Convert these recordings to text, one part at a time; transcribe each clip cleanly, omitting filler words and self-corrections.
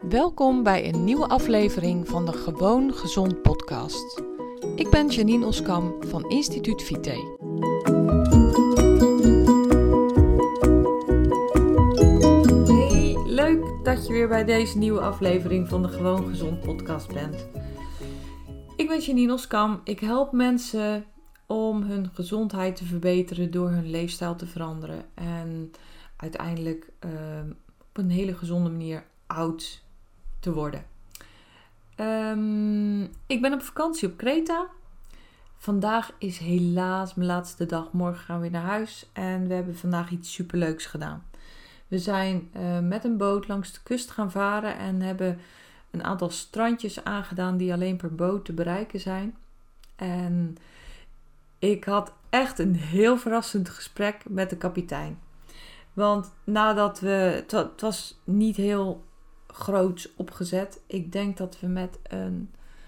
Welkom bij een nieuwe aflevering van de Gewoon Gezond podcast. Ik ben Janine Oskam van Instituut Vite. Hey, leuk dat je weer bij deze nieuwe aflevering van de Gewoon Gezond podcast bent. Ik ben Janine Oskam. Ik help mensen om hun gezondheid te verbeteren door hun leefstijl te veranderen. En uiteindelijk op een hele gezonde manier oud te worden. Ik ben op vakantie op Kreta. Vandaag is helaas mijn laatste dag. Morgen gaan we weer naar huis. En we hebben vandaag iets superleuks gedaan. We zijn met een boot langs de kust gaan varen. En hebben een aantal strandjes aangedaan die alleen per boot te bereiken zijn. En ik had echt een heel verrassend gesprek met de kapitein. Want nadat het was niet heel groots opgezet. Ik denk dat we met een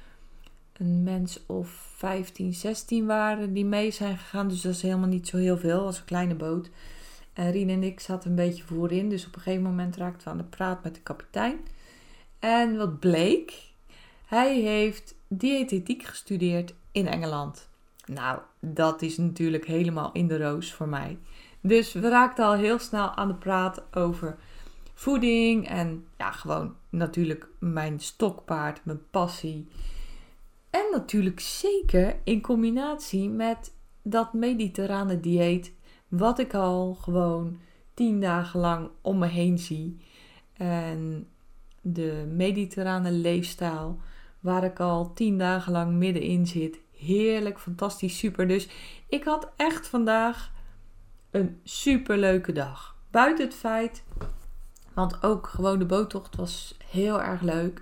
mens of 15, 16 waren die mee zijn gegaan. Dus dat is helemaal niet zo heel veel. Dat was een kleine boot. En Rien en ik zaten een beetje voorin. Dus op een gegeven moment raakten we aan de praat met de kapitein. En wat bleek? Hij heeft diëtetiek gestudeerd in Engeland. Nou, dat is natuurlijk helemaal in de roos voor mij. Dus we raakten al heel snel aan de praat over voeding en ja, gewoon natuurlijk mijn stokpaard, mijn passie. En natuurlijk zeker in combinatie met dat mediterrane dieet, wat ik al gewoon 10 dagen lang om me heen zie. En de mediterrane leefstijl, waar ik al 10 dagen lang middenin zit. Heerlijk, fantastisch, super. Dus ik had echt vandaag een superleuke dag. Buiten het feit, want ook gewoon de boottocht was heel erg leuk.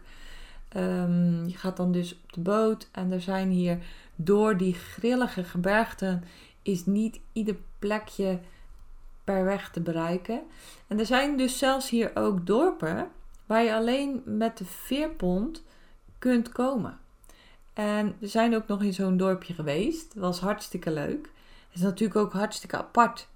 Je gaat dan dus op de boot en er zijn hier door die grillige gebergten is niet ieder plekje per weg te bereiken. En er zijn dus zelfs hier ook dorpen waar je alleen met de veerpont kunt komen. En we zijn ook nog in zo'n dorpje geweest. Dat was hartstikke leuk. Het is natuurlijk ook hartstikke apart.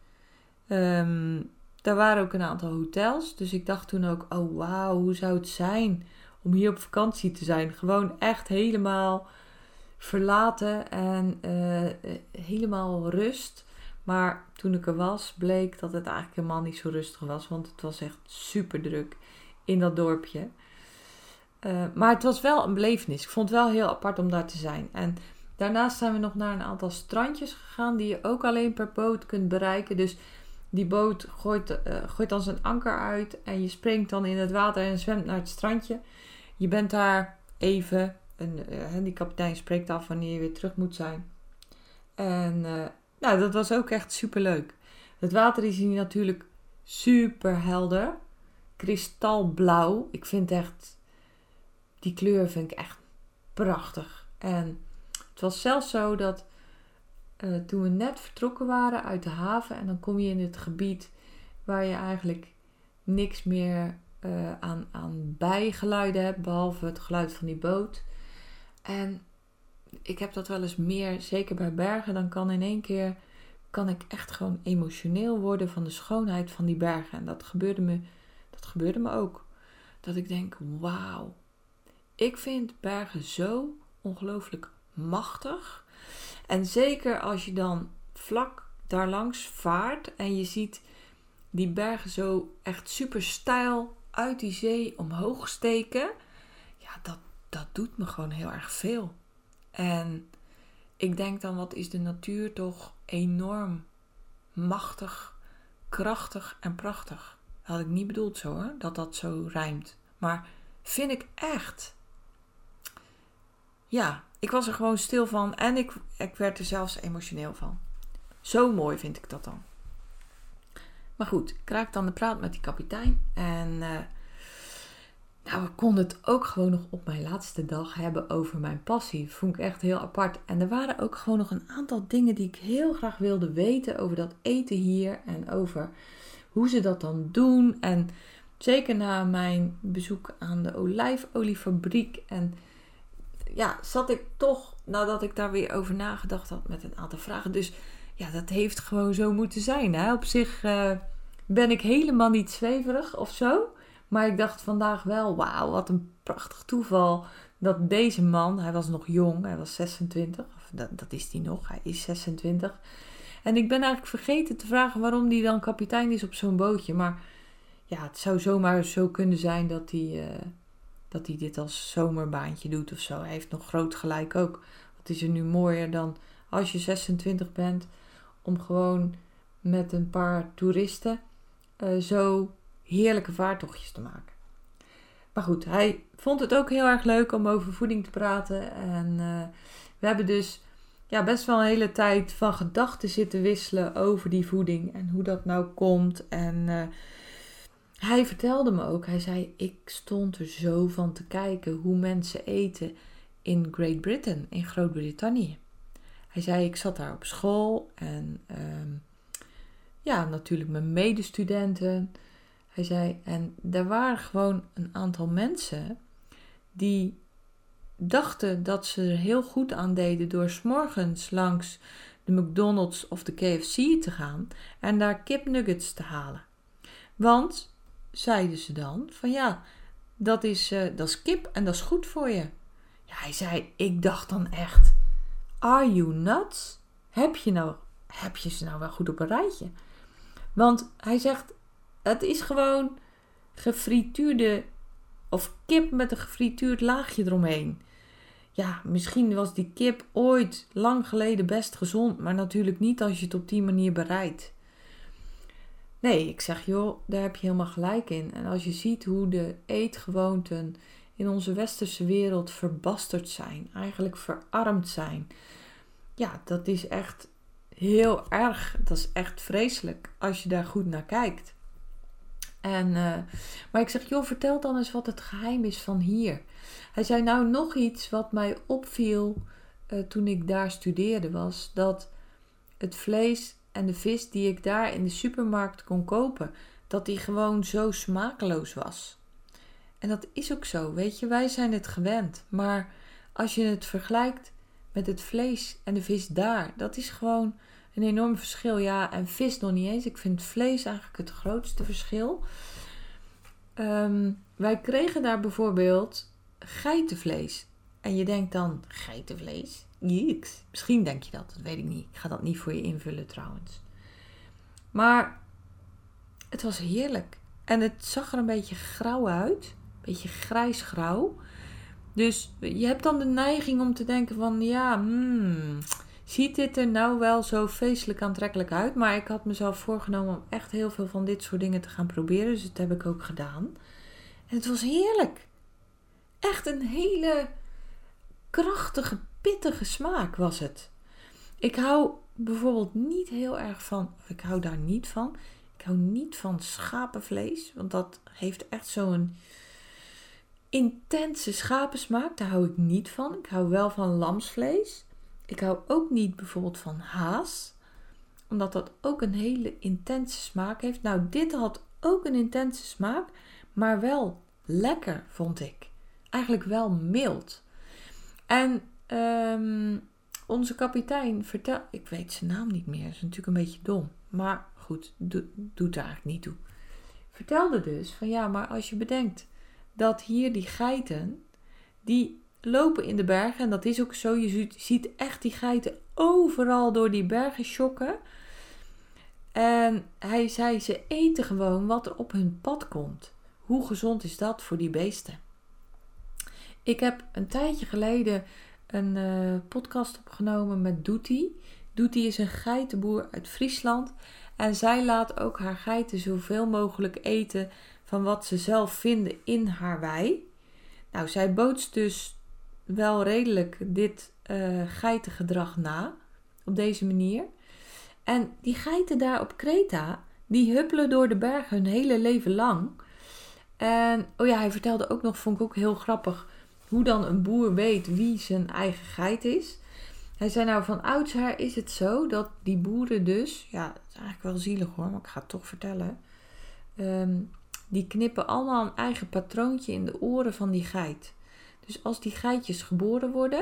Daar waren ook een aantal hotels. Dus ik dacht toen ook, oh wauw, hoe zou het zijn om hier op vakantie te zijn? Gewoon echt helemaal verlaten en helemaal rust. Maar toen ik er was, bleek dat het eigenlijk helemaal niet zo rustig was. Want het was echt super druk in dat dorpje. Maar het was wel een belevenis. Ik vond het wel heel apart om daar te zijn. En daarnaast zijn we nog naar een aantal strandjes gegaan die je ook alleen per boot kunt bereiken. Dus die boot gooit dan zijn anker uit en je springt dan in het water en zwemt naar het strandje. Je bent daar even, die kapitein spreekt af wanneer je weer terug moet zijn. En dat was ook echt super leuk. Het water is hier natuurlijk super helder, kristalblauw. Ik vind echt, die kleur vind ik echt prachtig. En het was zelfs zo dat toen we net vertrokken waren uit de haven en dan kom je in het gebied waar je eigenlijk niks meer aan bijgeluiden hebt, behalve het geluid van die boot. En ik heb dat wel eens meer, zeker bij bergen, dan kan in één keer ik echt gewoon emotioneel worden van de schoonheid van die bergen. En dat gebeurde me ook. Dat ik denk, wauw, ik vind bergen zo ongelooflijk machtig. En zeker als je dan vlak daarlangs vaart en je ziet die bergen zo echt super steil uit die zee omhoog steken. Ja, dat doet me gewoon heel erg veel. En ik denk dan, wat is de natuur toch enorm machtig, krachtig en prachtig. Dat had ik niet bedoeld zo hoor, dat zo rijmt. Maar vind ik echt. Ja, ik was er gewoon stil van en ik werd er zelfs emotioneel van. Zo mooi vind ik dat dan. Maar goed, ik raakte dan de praat met die kapitein. En we konden het ook gewoon nog op mijn laatste dag hebben over mijn passie. Dat vond ik echt heel apart. En er waren ook gewoon nog een aantal dingen die ik heel graag wilde weten over dat eten hier. En over hoe ze dat dan doen. En zeker na mijn bezoek aan de olijfoliefabriek. En ja, zat ik toch, nadat ik daar weer over nagedacht had, met een aantal vragen. Dus ja, dat heeft gewoon zo moeten zijn. Hè? Op zich ben ik helemaal niet zweverig of zo. Maar ik dacht vandaag wel, wauw, wat een prachtig toeval dat deze man, hij was nog jong, hij was 26, of dat is hij nog, hij is 26. En ik ben eigenlijk vergeten te vragen waarom hij dan kapitein is op zo'n bootje. Maar ja, het zou zomaar zo kunnen zijn dat hij dit als zomerbaantje doet of zo. Hij heeft nog groot gelijk ook. Wat is er nu mooier dan als je 26 bent om gewoon met een paar toeristen zo heerlijke vaartochtjes te maken. Maar goed, hij vond het ook heel erg leuk om over voeding te praten. En we hebben dus best wel een hele tijd van gedachten zitten wisselen over die voeding. En hoe dat nou komt. En hij vertelde me ook, hij zei, ik stond er zo van te kijken hoe mensen eten in Great Britain, in Groot-Brittannië. Hij zei, ik zat daar op school en natuurlijk mijn medestudenten. Hij zei, en er waren gewoon een aantal mensen die dachten dat ze er heel goed aan deden door 's morgens langs de McDonald's of de KFC te gaan en daar kipnuggets te halen. Want, zeiden ze dan, van ja, dat is kip en dat is goed voor je. Ja, hij zei, ik dacht dan echt, are you nuts? Heb je ze nou wel goed op een rijtje? Want hij zegt, het is gewoon gefrituurde of kip met een gefrituurd laagje eromheen. Ja, misschien was die kip ooit lang geleden best gezond, maar natuurlijk niet als je het op die manier bereidt. Nee, ik zeg joh, daar heb je helemaal gelijk in. En als je ziet hoe de eetgewoonten in onze westerse wereld verbasterd zijn, eigenlijk verarmd zijn. Ja, dat is echt heel erg, dat is echt vreselijk als je daar goed naar kijkt. Maar ik zeg, joh, vertel dan eens wat het geheim is van hier. Hij zei, nou nog iets wat mij opviel toen ik daar studeerde was dat het vlees en de vis die ik daar in de supermarkt kon kopen, dat die gewoon zo smakeloos was. En dat is ook zo, weet je, wij zijn het gewend. Maar als je het vergelijkt met het vlees en de vis daar, dat is gewoon een enorm verschil. Ja, en vis nog niet eens. Ik vind vlees eigenlijk het grootste verschil. Wij kregen daar bijvoorbeeld geitenvlees. En je denkt dan, geitenvlees? Jiks. Misschien denk je dat weet ik niet. Ik ga dat niet voor je invullen trouwens. Maar het was heerlijk. En het zag er een beetje grauw uit. Een beetje grijsgrauw. Dus je hebt dan de neiging om te denken van, ziet dit er nou wel zo feestelijk aantrekkelijk uit? Maar ik had mezelf voorgenomen om echt heel veel van dit soort dingen te gaan proberen. Dus dat heb ik ook gedaan. En het was heerlijk. Echt een hele krachtige, pittige smaak was het. Ik hou bijvoorbeeld niet heel erg van, ik hou daar niet van. Ik hou niet van schapenvlees, want dat heeft echt zo'n intense schapensmaak. Daar hou ik niet van. Ik hou wel van lamsvlees. Ik hou ook niet bijvoorbeeld van haas, omdat dat ook een hele intense smaak heeft. Nou, dit had ook een intense smaak, maar wel lekker, vond ik. Eigenlijk wel mild. En onze kapitein vertelde, ik weet zijn naam niet meer, dat is natuurlijk een beetje dom. Maar goed, doet er eigenlijk niet toe. Vertelde dus van ja, maar als je bedenkt dat hier die geiten, die lopen in de bergen. En dat is ook zo. Je ziet echt die geiten overal door die bergen schokken. En hij zei, ze eten gewoon wat er op hun pad komt. Hoe gezond is dat voor die beesten? Ik heb een tijdje geleden een podcast opgenomen met Doetie. Doetie is een geitenboer uit Friesland. En zij laat ook haar geiten zoveel mogelijk eten van wat ze zelf vinden in haar wei. Nou, zij bootst dus wel redelijk dit geitengedrag na. Op deze manier. En die geiten daar op Kreta, die huppelen door de bergen hun hele leven lang. En hij vertelde ook nog, vond ik ook heel grappig, hoe dan een boer weet wie zijn eigen geit is. Hij zei nou, van oudsher is het zo dat die boeren dus, ja, dat is eigenlijk wel zielig hoor, maar ik ga het toch vertellen. Die knippen allemaal een eigen patroontje in de oren van die geit. Dus als die geitjes geboren worden,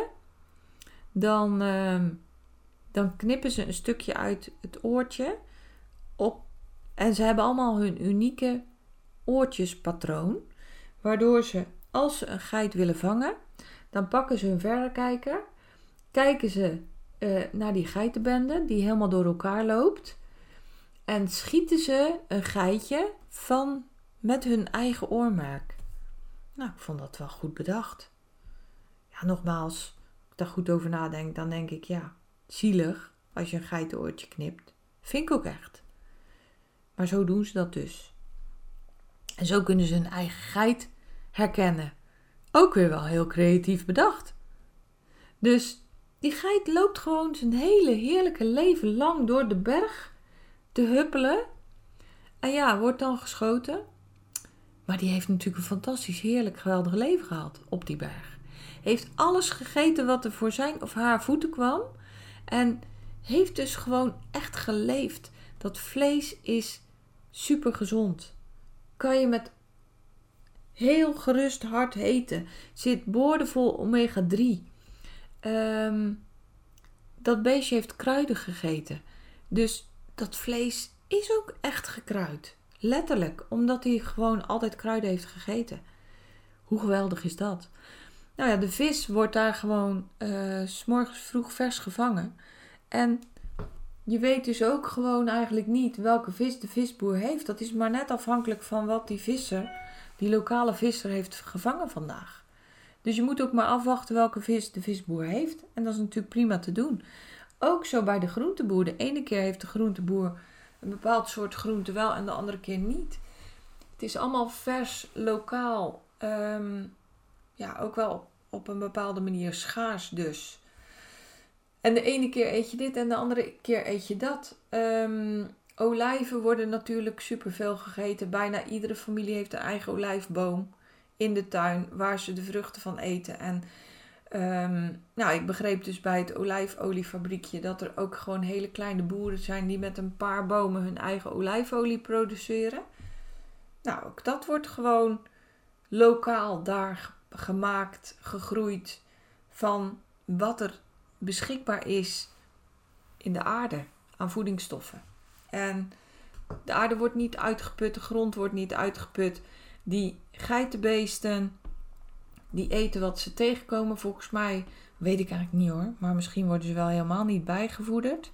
dan knippen ze een stukje uit het oortje op. En ze hebben allemaal hun unieke oortjespatroon. Waardoor ze, als ze een geit willen vangen, dan pakken ze hun verrekijker. Kijken ze naar die geitenbende die helemaal door elkaar loopt. En schieten ze een geitje met hun eigen oormerk. Nou, ik vond dat wel goed bedacht. Ja, nogmaals, als ik daar goed over nadenk, dan denk ik, ja, zielig als je een geitenoortje knipt. Vind ik ook echt. Maar zo doen ze dat dus. En zo kunnen ze hun eigen geit herkennen. Ook weer wel heel creatief bedacht. Dus die geit loopt gewoon zijn hele heerlijke leven lang door de berg te huppelen. En ja, wordt dan geschoten. Maar die heeft natuurlijk een fantastisch, heerlijk, geweldig leven gehad op die berg. Heeft alles gegeten wat er voor zijn of haar voeten kwam. En heeft dus gewoon echt geleefd. Dat vlees is super gezond. Kan je met heel gerust hart eten. Zit boordevol omega-3. Dat beestje heeft kruiden gegeten. Dus dat vlees is ook echt gekruid. Letterlijk, omdat hij gewoon altijd kruiden heeft gegeten. Hoe geweldig is dat? Nou ja, de vis wordt daar gewoon 's morgens vroeg vers gevangen. En je weet dus ook gewoon eigenlijk niet welke vis de visboer heeft. Dat is maar net afhankelijk van wat die lokale visser heeft gevangen vandaag. Dus je moet ook maar afwachten welke vis de visboer heeft. En dat is natuurlijk prima te doen. Ook zo bij de groenteboer. De ene keer heeft de groenteboer een bepaald soort groente wel en de andere keer niet. Het is allemaal vers, lokaal. Ook wel op een bepaalde manier schaars dus. En de ene keer eet je dit en de andere keer eet je dat. Olijven worden natuurlijk superveel gegeten. Bijna iedere familie heeft een eigen olijfboom in de tuin waar ze de vruchten van eten. En ik begreep dus bij het olijfoliefabriekje dat er ook gewoon hele kleine boeren zijn die met een paar bomen hun eigen olijfolie produceren. Nou, ook dat wordt gewoon lokaal daar gemaakt, gegroeid van wat er beschikbaar is in de aarde aan voedingsstoffen. En de aarde wordt niet uitgeput, de grond wordt niet uitgeput. Die geitenbeesten, die eten wat ze tegenkomen. Volgens mij, weet ik eigenlijk niet hoor, maar misschien worden ze wel helemaal niet bijgevoederd.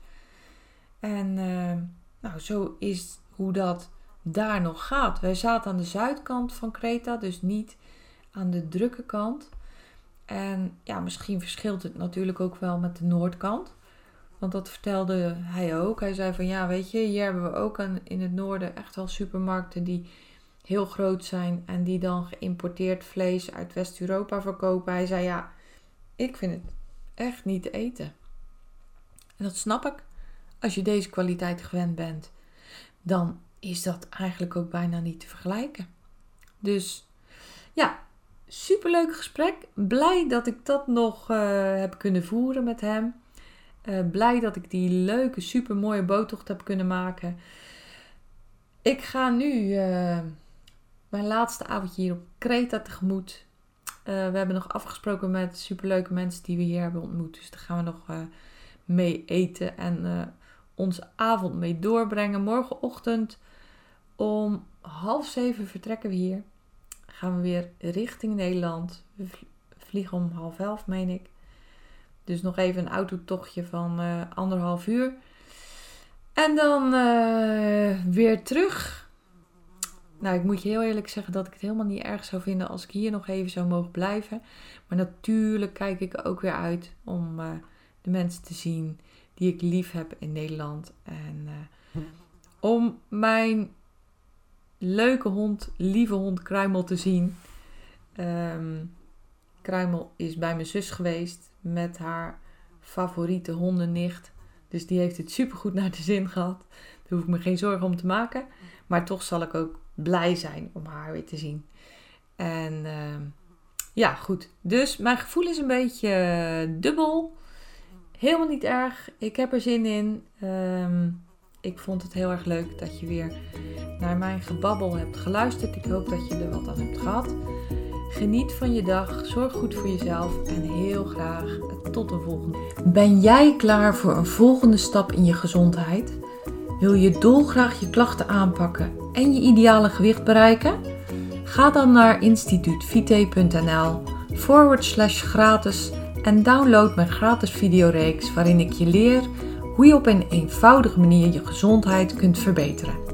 En zo is hoe dat daar nog gaat. Wij zaten aan de zuidkant van Kreta, dus niet aan de drukke kant. En ja, misschien verschilt het natuurlijk ook wel met de noordkant. Want dat vertelde hij ook. Hij zei van ja, weet je, hier hebben we ook in het noorden echt wel supermarkten die heel groot zijn. En die dan geïmporteerd vlees uit West-Europa verkopen. Hij zei ja, ik vind het echt niet te eten. En dat snap ik. Als je deze kwaliteit gewend bent, dan is dat eigenlijk ook bijna niet te vergelijken. Dus ja, superleuk gesprek. Blij dat ik dat nog heb kunnen voeren met hem. Blij dat ik die leuke, supermooie boottocht heb kunnen maken. Ik ga nu mijn laatste avondje hier op Kreta tegemoet. We hebben nog afgesproken met superleuke mensen die we hier hebben ontmoet. Dus daar gaan we nog mee eten en onze avond mee doorbrengen. Morgenochtend om 6:30 vertrekken we hier. Gaan we weer richting Nederland. We vliegen om 10:30, meen ik. Dus nog even een autotochtje van 1,5 uur. En dan weer terug. Nou, ik moet je heel eerlijk zeggen dat ik het helemaal niet erg zou vinden als ik hier nog even zou mogen blijven. Maar natuurlijk kijk ik ook weer uit om de mensen te zien die ik lief heb in Nederland. En om mijn leuke hond, lieve hond Kruimel te zien. Kruimel is bij mijn zus geweest met haar favoriete hondennicht. Dus die heeft het supergoed naar de zin gehad. Daar hoef ik me geen zorgen om te maken. Maar toch zal ik ook blij zijn om haar weer te zien. En ja, goed. Dus mijn gevoel is een beetje dubbel. Helemaal niet erg. Ik heb er zin in. Ik vond het heel erg leuk dat je weer naar mijn gebabbel hebt geluisterd. Ik hoop dat je er wat aan hebt gehad. Geniet van je dag, zorg goed voor jezelf en heel graag tot een volgende. Ben jij klaar voor een volgende stap in je gezondheid? Wil je dolgraag je klachten aanpakken en je ideale gewicht bereiken? Ga dan naar instituutvite.nl/gratis en download mijn gratis videoreeks waarin ik je leer hoe je op een eenvoudige manier je gezondheid kunt verbeteren.